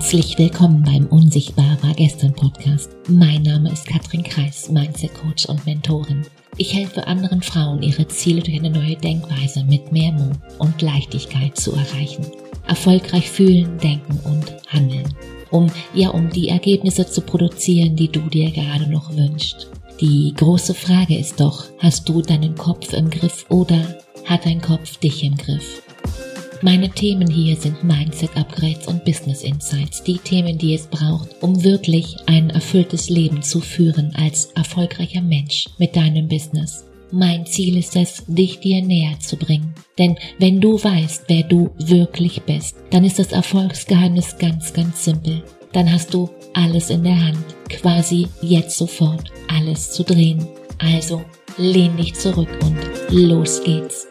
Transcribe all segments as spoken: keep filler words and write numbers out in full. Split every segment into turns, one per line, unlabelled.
Herzlich willkommen beim Unsichtbar war gestern Podcast. Mein Name ist Katrin Kreis, Mindset Coach und Mentorin. Ich helfe anderen Frauen, ihre Ziele durch eine neue Denkweise mit mehr Mut und Leichtigkeit zu erreichen. Erfolgreich fühlen, denken und handeln. Um, ja, um die Ergebnisse zu produzieren, die du dir gerade noch wünschst. Die große Frage ist doch, hast du deinen Kopf im Griff oder hat dein Kopf dich im Griff? Meine Themen hier sind Mindset-Upgrades und Business-Insights, die Themen, die es braucht, um wirklich ein erfülltes Leben zu führen als erfolgreicher Mensch mit deinem Business. Mein Ziel ist es, dich dir näher zu bringen. Denn wenn du weißt, wer du wirklich bist, dann ist das Erfolgsgeheimnis ganz, ganz simpel. Dann hast du alles in der Hand, quasi jetzt sofort alles zu drehen. Also lehn dich zurück und los geht's.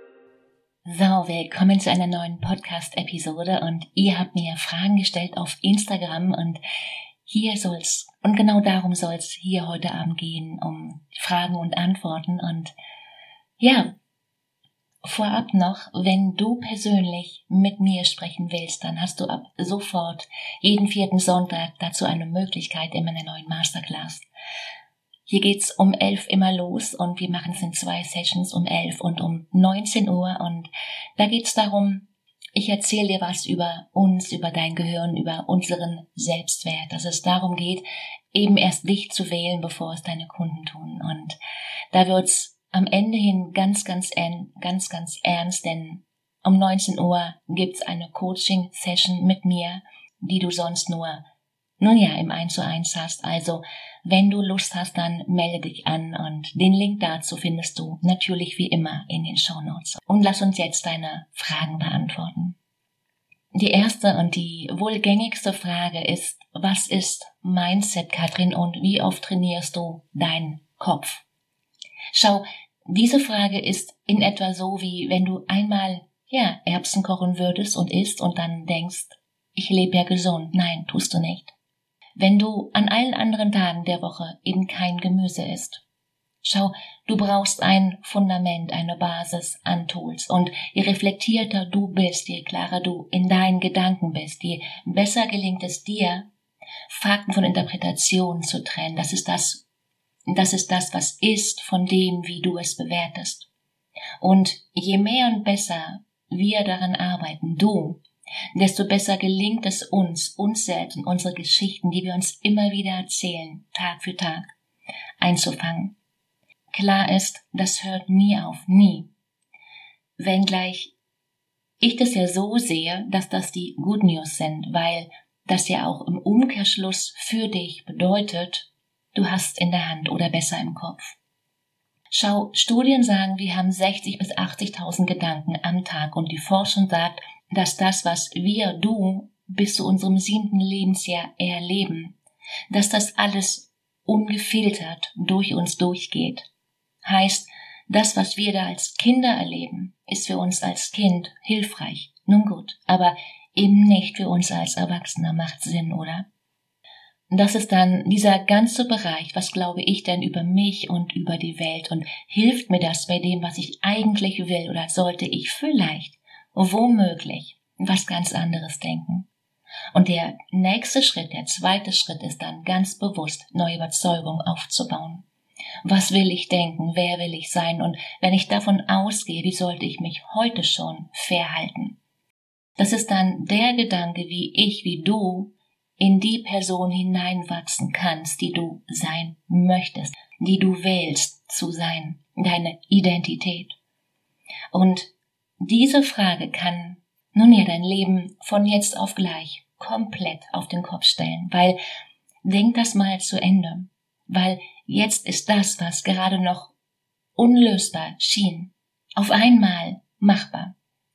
So, willkommen zu einer neuen Podcast-Episode und ihr habt mir Fragen gestellt auf Instagram und hier soll's, und genau darum soll's hier heute Abend gehen, um Fragen und Antworten und ja, vorab noch, wenn du persönlich mit mir sprechen willst, dann hast du ab sofort jeden vierten Sonntag dazu eine Möglichkeit in meiner neuen Masterclass. Hier geht's um elf immer los und wir machen es in zwei Sessions um elf und um neunzehn Uhr und da geht's darum, ich erzähle dir was über uns, über dein Gehirn, über unseren Selbstwert, dass es darum geht, eben erst dich zu wählen, bevor es deine Kunden tun und da wird's am Ende hin ganz, ganz, ganz, ganz ernst, denn um neunzehn Uhr gibt's eine Coaching-Session mit mir, die du sonst nur nun ja, im eins zu eins hast, also wenn du Lust hast, dann melde dich an und den Link dazu findest du natürlich wie immer in den Shownotes. Und lass uns jetzt deine Fragen beantworten. Die erste und die wohl gängigste Frage ist, was ist Mindset, Katrin, und wie oft trainierst du deinen Kopf? Schau, diese Frage ist in etwa so, wie wenn du einmal, ja, Erbsen kochen würdest und isst und dann denkst, ich lebe ja gesund. Nein, tust du nicht. Wenn du an allen anderen Tagen der Woche eben kein Gemüse isst. Schau, du brauchst ein Fundament, eine Basis an Tools und je reflektierter du bist, je klarer du in deinen Gedanken bist, je besser gelingt es dir, Fakten von Interpretationen zu trennen. Das ist das, das ist das, was ist von dem, wie du es bewertest. Und je mehr und besser wir daran arbeiten, du, desto besser gelingt es uns, uns selbst und unsere Geschichten, die wir uns immer wieder erzählen, Tag für Tag, einzufangen. Klar ist, das hört nie auf, nie. Wenngleich ich das ja so sehe, dass das die Good News sind, weil das ja auch im Umkehrschluss für dich bedeutet, du hast in der Hand oder besser im Kopf. Schau, Studien sagen, wir haben sechzig bis achtzigtausend Gedanken am Tag und die Forschung sagt, dass das, was wir, du, bis zu unserem siebten Lebensjahr erleben, dass das alles ungefiltert durch uns durchgeht. Heißt, das, was wir da als Kinder erleben, ist für uns als Kind hilfreich, nun gut, aber eben nicht für uns als Erwachsener, macht Sinn, oder? Das ist dann dieser ganze Bereich, was glaube ich denn über mich und über die Welt und hilft mir das bei dem, was ich eigentlich will oder sollte ich vielleicht womöglich was ganz anderes denken. Und der nächste Schritt, der zweite Schritt ist dann ganz bewusst, neue Überzeugungen aufzubauen. Was will ich denken? Wer will ich sein? Und wenn ich davon ausgehe, wie sollte ich mich heute schon verhalten? Das ist dann der Gedanke, wie ich, wie du in die Person hineinwachsen kannst, die du sein möchtest, die du wählst zu sein, deine Identität. Und diese Frage kann nun ja dein Leben von jetzt auf gleich komplett auf den Kopf stellen, weil denk das mal zu Ende, weil jetzt ist das, was gerade noch unlösbar schien, auf einmal machbar.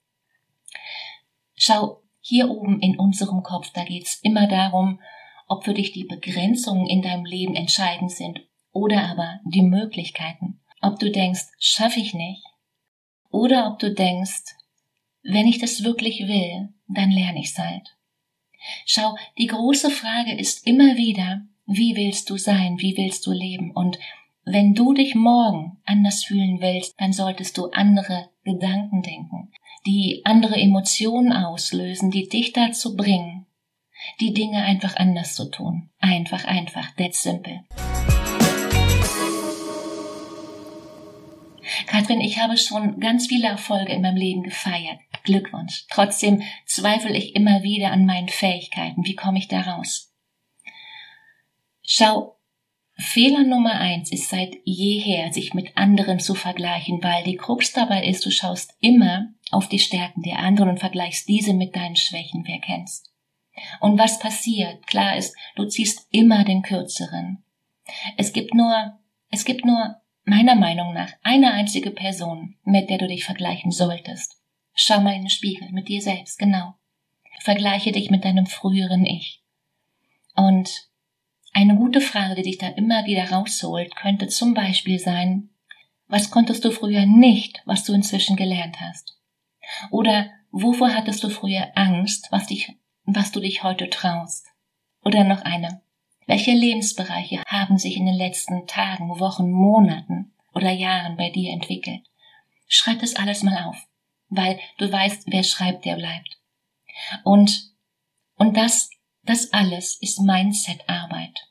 Schau, hier oben in unserem Kopf, da geht's immer darum, ob für dich die Begrenzungen in deinem Leben entscheidend sind oder aber die Möglichkeiten, ob du denkst, schaffe ich nicht, oder ob du denkst, wenn ich das wirklich will, dann lerne ich's halt. Schau, die große Frage ist immer wieder, wie willst du sein, wie willst du leben? Und wenn du dich morgen anders fühlen willst, dann solltest du andere Gedanken denken, die andere Emotionen auslösen, die dich dazu bringen, die Dinge einfach anders zu tun. Einfach, einfach, that's simple. Katrin, ich habe schon ganz viele Erfolge in meinem Leben gefeiert. Glückwunsch. Trotzdem zweifle ich immer wieder an meinen Fähigkeiten. Wie komme ich da raus? Schau, Fehler Nummer eins ist seit jeher, sich mit anderen zu vergleichen, weil die Krux dabei ist, du schaust immer auf die Stärken der anderen und vergleichst diese mit deinen Schwächen, wer kennst. Und was passiert? Klar ist, du ziehst immer den Kürzeren. Es gibt nur, es gibt nur, meiner Meinung nach, eine einzige Person, mit der du dich vergleichen solltest. Schau mal in den Spiegel, mit dir selbst, genau. Vergleiche dich mit deinem früheren Ich. Und eine gute Frage, die dich da immer wieder rausholt, könnte zum Beispiel sein, was konntest du früher nicht, was du inzwischen gelernt hast? Oder wovor hattest du früher Angst, was dich, was du dich heute traust? Oder noch eine. Welche Lebensbereiche haben sich in den letzten Tagen, Wochen, Monaten oder Jahren bei dir entwickelt? Schreib das alles mal auf, weil du weißt, wer schreibt, der bleibt. Und, und das, das alles ist Mindset-Arbeit.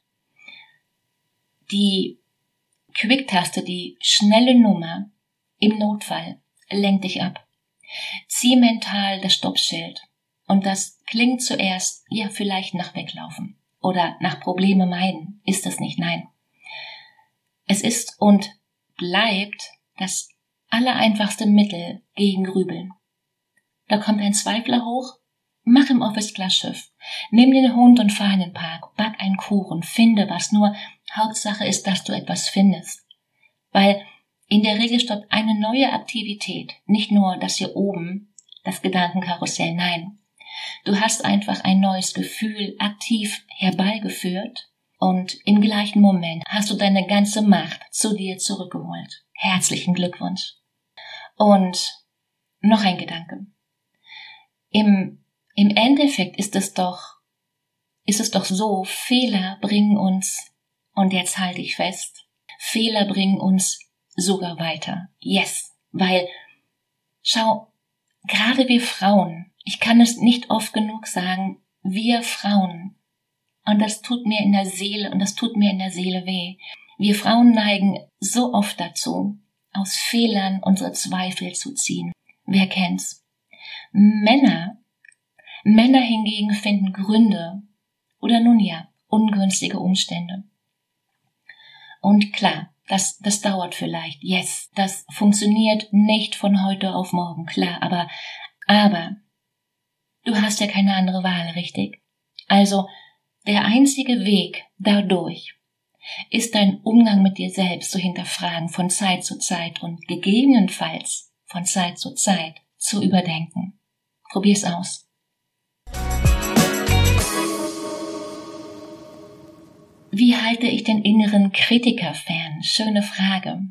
Die Quick-Taste, die schnelle Nummer im Notfall lenkt dich ab. Zieh mental das Stoppschild. Und das klingt zuerst, ja, vielleicht nach Weglaufen oder nach Probleme meiden. Ist es nicht, nein. Es ist und bleibt das allereinfachste Mittel gegen Grübeln. Da kommt ein Zweifler hoch, mach im Office Klarschiff, nimm den Hund und fahr in den Park, back einen Kuchen, finde was, nur Hauptsache ist, dass du etwas findest. Weil in der Regel stoppt eine neue Aktivität, nicht nur das hier oben, das Gedankenkarussell, nein. Du hast einfach ein neues Gefühl aktiv herbeigeführt und im gleichen Moment hast du deine ganze Macht zu dir zurückgeholt. Herzlichen Glückwunsch. Und noch ein Gedanke. Im, im Endeffekt ist es doch, ist es doch so, Fehler bringen uns, und jetzt halte ich fest, Fehler bringen uns sogar weiter. Yes, weil, schau, gerade wir Frauen, ich kann es nicht oft genug sagen, wir Frauen, und das tut mir in der Seele, und das tut mir in der Seele weh, wir Frauen neigen so oft dazu, aus Fehlern unsere Zweifel zu ziehen. Wer kennt's? Männer, Männer hingegen finden Gründe oder nun ja, ungünstige Umstände. Und klar, das, das dauert vielleicht, yes, das funktioniert nicht von heute auf morgen, klar, aber, aber, du hast ja keine andere Wahl, richtig? Also, der einzige Weg dadurch ist dein Umgang mit dir selbst zu hinterfragen von Zeit zu Zeit und gegebenenfalls von Zeit zu Zeit zu überdenken. Probier's aus. Wie halte ich den inneren Kritiker fern? Schöne Frage.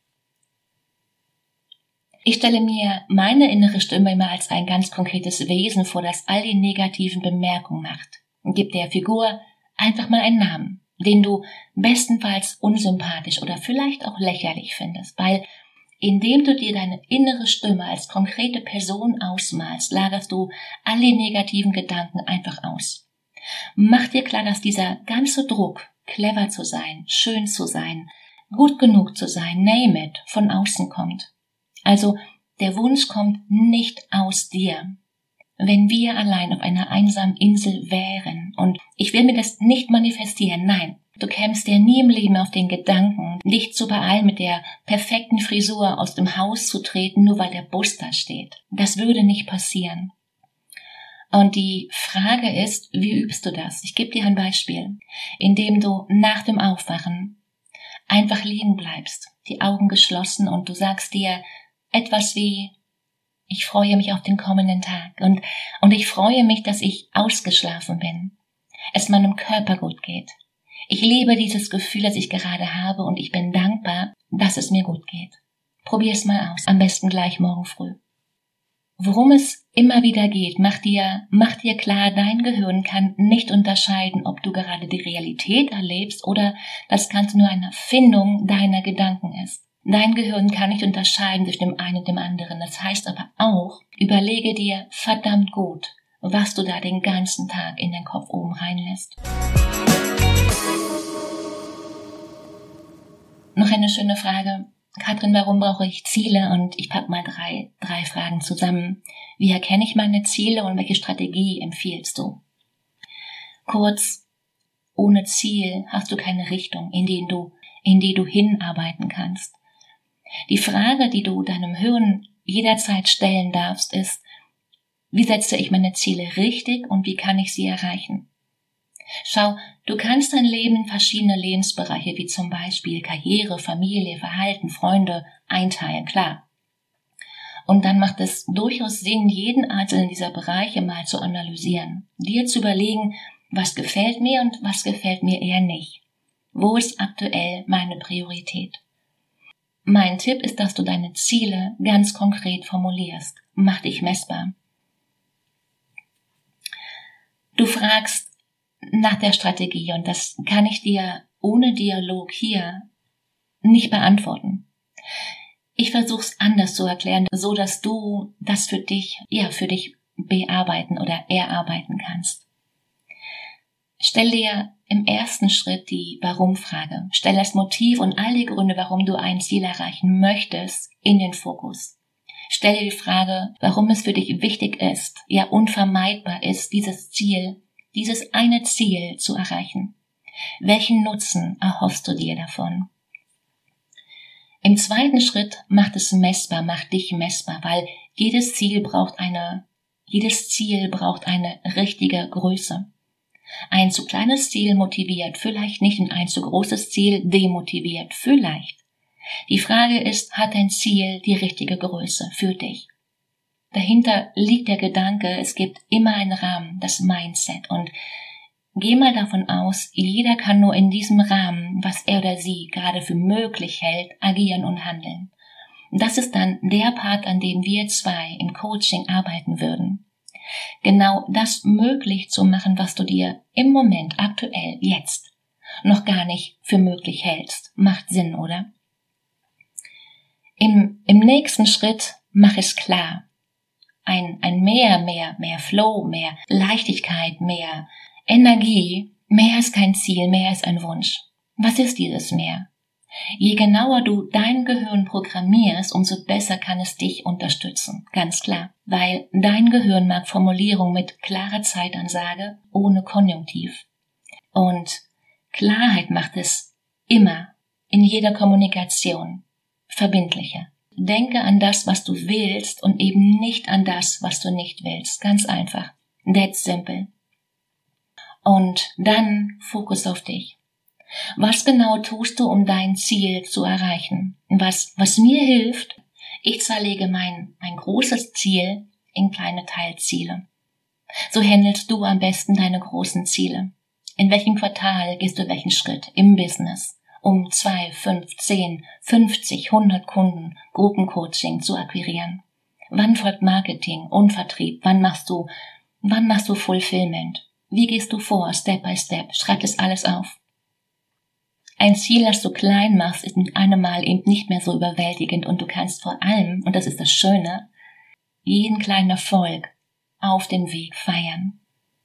Ich stelle mir meine innere Stimme immer als ein ganz konkretes Wesen vor, das all die negativen Bemerkungen macht. Und gibt der Figur einfach mal einen Namen, den du bestenfalls unsympathisch oder vielleicht auch lächerlich findest, weil indem du dir deine innere Stimme als konkrete Person ausmalst, lagerst du all die negativen Gedanken einfach aus. Mach dir klar, dass dieser ganze Druck, clever zu sein, schön zu sein, gut genug zu sein, name it, von außen kommt. Also der Wunsch kommt nicht aus dir. Wenn wir allein auf einer einsamen Insel wären, und ich will mir das nicht manifestieren, nein, du kämst dir nie im Leben auf den Gedanken, dich zu beeilen, mit der perfekten Frisur aus dem Haus zu treten, nur weil der Bus da steht. Das würde nicht passieren. Und die Frage ist, wie übst du das? Ich gebe dir ein Beispiel, indem du nach dem Aufwachen einfach liegen bleibst, die Augen geschlossen und du sagst dir etwas wie, ich freue mich auf den kommenden Tag und, und ich freue mich, dass ich ausgeschlafen bin, es meinem Körper gut geht. Ich liebe dieses Gefühl, das ich gerade habe und ich bin dankbar, dass es mir gut geht. Probier's mal aus, am besten gleich morgen früh. Worum es immer wieder geht, mach dir, mach dir klar, dein Gehirn kann nicht unterscheiden, ob du gerade die Realität erlebst oder das Ganze nur eine Erfindung deiner Gedanken ist. Dein Gehirn kann nicht unterscheiden zwischen dem einen und dem anderen. Das heißt aber auch, überlege dir verdammt gut, was du da den ganzen Tag in den Kopf oben reinlässt. Noch eine schöne Frage. Katrin, warum brauche ich Ziele? Und ich packe mal drei, drei Fragen zusammen. Wie erkenne ich meine Ziele und welche Strategie empfiehlst du? Kurz, ohne Ziel hast du keine Richtung, in die du, in die du hinarbeiten kannst. Die Frage, die du deinem Hirn jederzeit stellen darfst, ist, wie setze ich meine Ziele richtig und wie kann ich sie erreichen? Schau, du kannst dein Leben in verschiedene Lebensbereiche, wie zum Beispiel Karriere, Familie, Verhalten, Freunde, einteilen, klar. Und dann macht es durchaus Sinn, jeden einzelnen dieser Bereiche mal zu analysieren, dir zu überlegen, was gefällt mir und was gefällt mir eher nicht. Wo ist aktuell meine Priorität? Mein Tipp ist, dass du deine Ziele ganz konkret formulierst. Mach dich messbar. Du fragst nach der Strategie und das kann ich dir ohne Dialog hier nicht beantworten. Ich versuche es anders zu erklären, so dass du das für dich, ja, für dich bearbeiten oder erarbeiten kannst. Stell dir im ersten Schritt die Warum-Frage. Stell das Motiv und all die Gründe, warum du ein Ziel erreichen möchtest, in den Fokus. Stell dir die Frage, warum es für dich wichtig ist, ja unvermeidbar ist, dieses Ziel, dieses eine Ziel zu erreichen. Welchen Nutzen erhoffst du dir davon? Im zweiten Schritt macht es messbar, macht dich messbar, weil jedes Ziel braucht eine, jedes Ziel braucht eine richtige Größe. Ein zu kleines Ziel motiviert vielleicht nicht und ein zu großes Ziel demotiviert vielleicht. Die Frage ist, hat dein Ziel die richtige Größe für dich? Dahinter liegt der Gedanke, es gibt immer einen Rahmen, das Mindset. Und geh mal davon aus, jeder kann nur in diesem Rahmen, was er oder sie gerade für möglich hält, agieren und handeln. Das ist dann der Part, an dem wir zwei im Coaching arbeiten würden. Genau das möglich zu machen, was du dir im Moment, aktuell, jetzt noch gar nicht für möglich hältst. Macht Sinn, oder? Im, im nächsten Schritt mach es klar. Ein, ein mehr, mehr, mehr Flow, mehr Leichtigkeit, mehr Energie. Mehr ist kein Ziel, mehr ist ein Wunsch. Was ist dieses Mehr? Je genauer du dein Gehirn programmierst, umso besser kann es dich unterstützen. Ganz klar. Weil dein Gehirn mag Formulierung mit klarer Zeitansage, ohne Konjunktiv. Und Klarheit macht es immer, in jeder Kommunikation, verbindlicher. Denke an das, was du willst und eben nicht an das, was du nicht willst. Ganz einfach. That's simple. Und dann Fokus auf dich. Was genau tust du, um dein Ziel zu erreichen? Was, was mir hilft, ich zerlege mein, mein großes Ziel in kleine Teilziele. So handelst du am besten deine großen Ziele. In welchem Quartal gehst du welchen Schritt im Business, um zwei, fünf, zehn, fünfzig, hundert Kunden, Gruppencoaching zu akquirieren? Wann folgt Marketing und Vertrieb? Wann machst du, wann machst du Fulfillment? Wie gehst du vor, Step by Step? Schreib das alles auf. Ein Ziel, das du klein machst, ist mit einem Mal eben nicht mehr so überwältigend und du kannst vor allem, und das ist das Schöne, jeden kleinen Erfolg auf dem Weg feiern.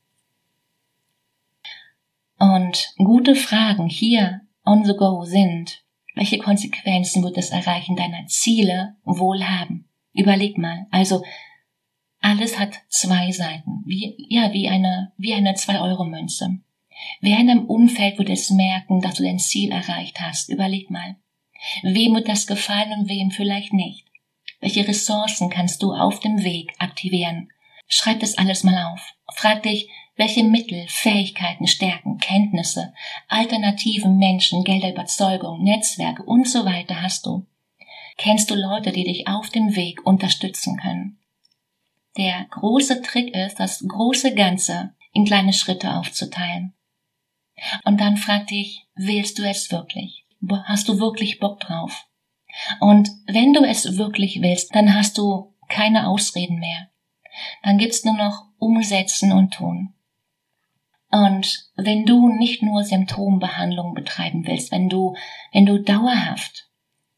Und gute Fragen hier on the go sind, welche Konsequenzen wird das Erreichen deiner Ziele wohl haben? Überleg mal, also alles hat zwei Seiten, wie, ja, wie eine, wie eine zwei Euro Münze. Wer in deinem Umfeld wird es merken, dass du dein Ziel erreicht hast? Überleg mal. Wem wird das gefallen und wem vielleicht nicht? Welche Ressourcen kannst du auf dem Weg aktivieren? Schreib das alles mal auf. Frag dich, welche Mittel, Fähigkeiten, Stärken, Kenntnisse, Alternativen, Menschen, Gelder, Überzeugung, Netzwerke und so weiter hast du? Kennst du Leute, die dich auf dem Weg unterstützen können? Der große Trick ist, das große Ganze in kleine Schritte aufzuteilen. Und dann frag dich, willst du es wirklich? Hast du wirklich Bock drauf? Und wenn du es wirklich willst, dann hast du keine Ausreden mehr. Dann gibt's nur noch umsetzen und tun. Und wenn du nicht nur Symptombehandlung betreiben willst, wenn du, wenn du dauerhaft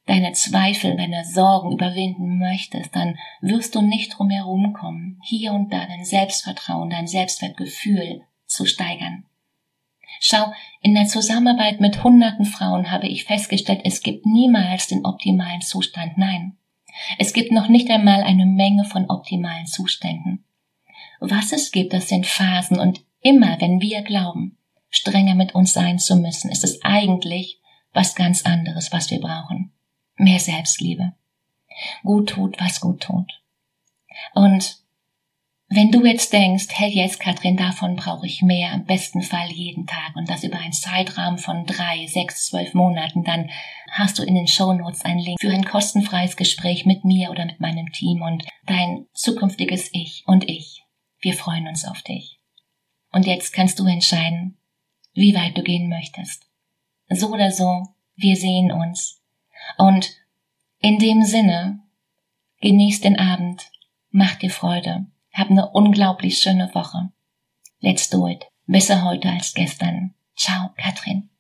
deine Zweifel, deine Sorgen überwinden möchtest, dann wirst du nicht drum herum kommen, hier und da dein Selbstvertrauen, dein Selbstwertgefühl zu steigern. Schau, in der Zusammenarbeit mit hunderten Frauen habe ich festgestellt, es gibt niemals den optimalen Zustand. Nein, es gibt noch nicht einmal eine Menge von optimalen Zuständen. Was es gibt, das sind Phasen, und immer, wenn wir glauben, strenger mit uns sein zu müssen, ist es eigentlich was ganz anderes, was wir brauchen. Mehr Selbstliebe. Gut tut, was gut tut. Und wenn du jetzt denkst, hey, jetzt Katrin, davon brauche ich mehr, im besten Fall jeden Tag, und das über einen Zeitrahmen von drei, sechs, zwölf Monaten, dann hast du in den Shownotes einen Link für ein kostenfreies Gespräch mit mir oder mit meinem Team und dein zukünftiges Ich und ich. Wir freuen uns auf dich. Und jetzt kannst du entscheiden, wie weit du gehen möchtest. So oder so, wir sehen uns. Und in dem Sinne, genieß den Abend, mach dir Freude, hab eine unglaublich schöne Woche. Let's do it. Besser heute als gestern. Ciao, Katrin.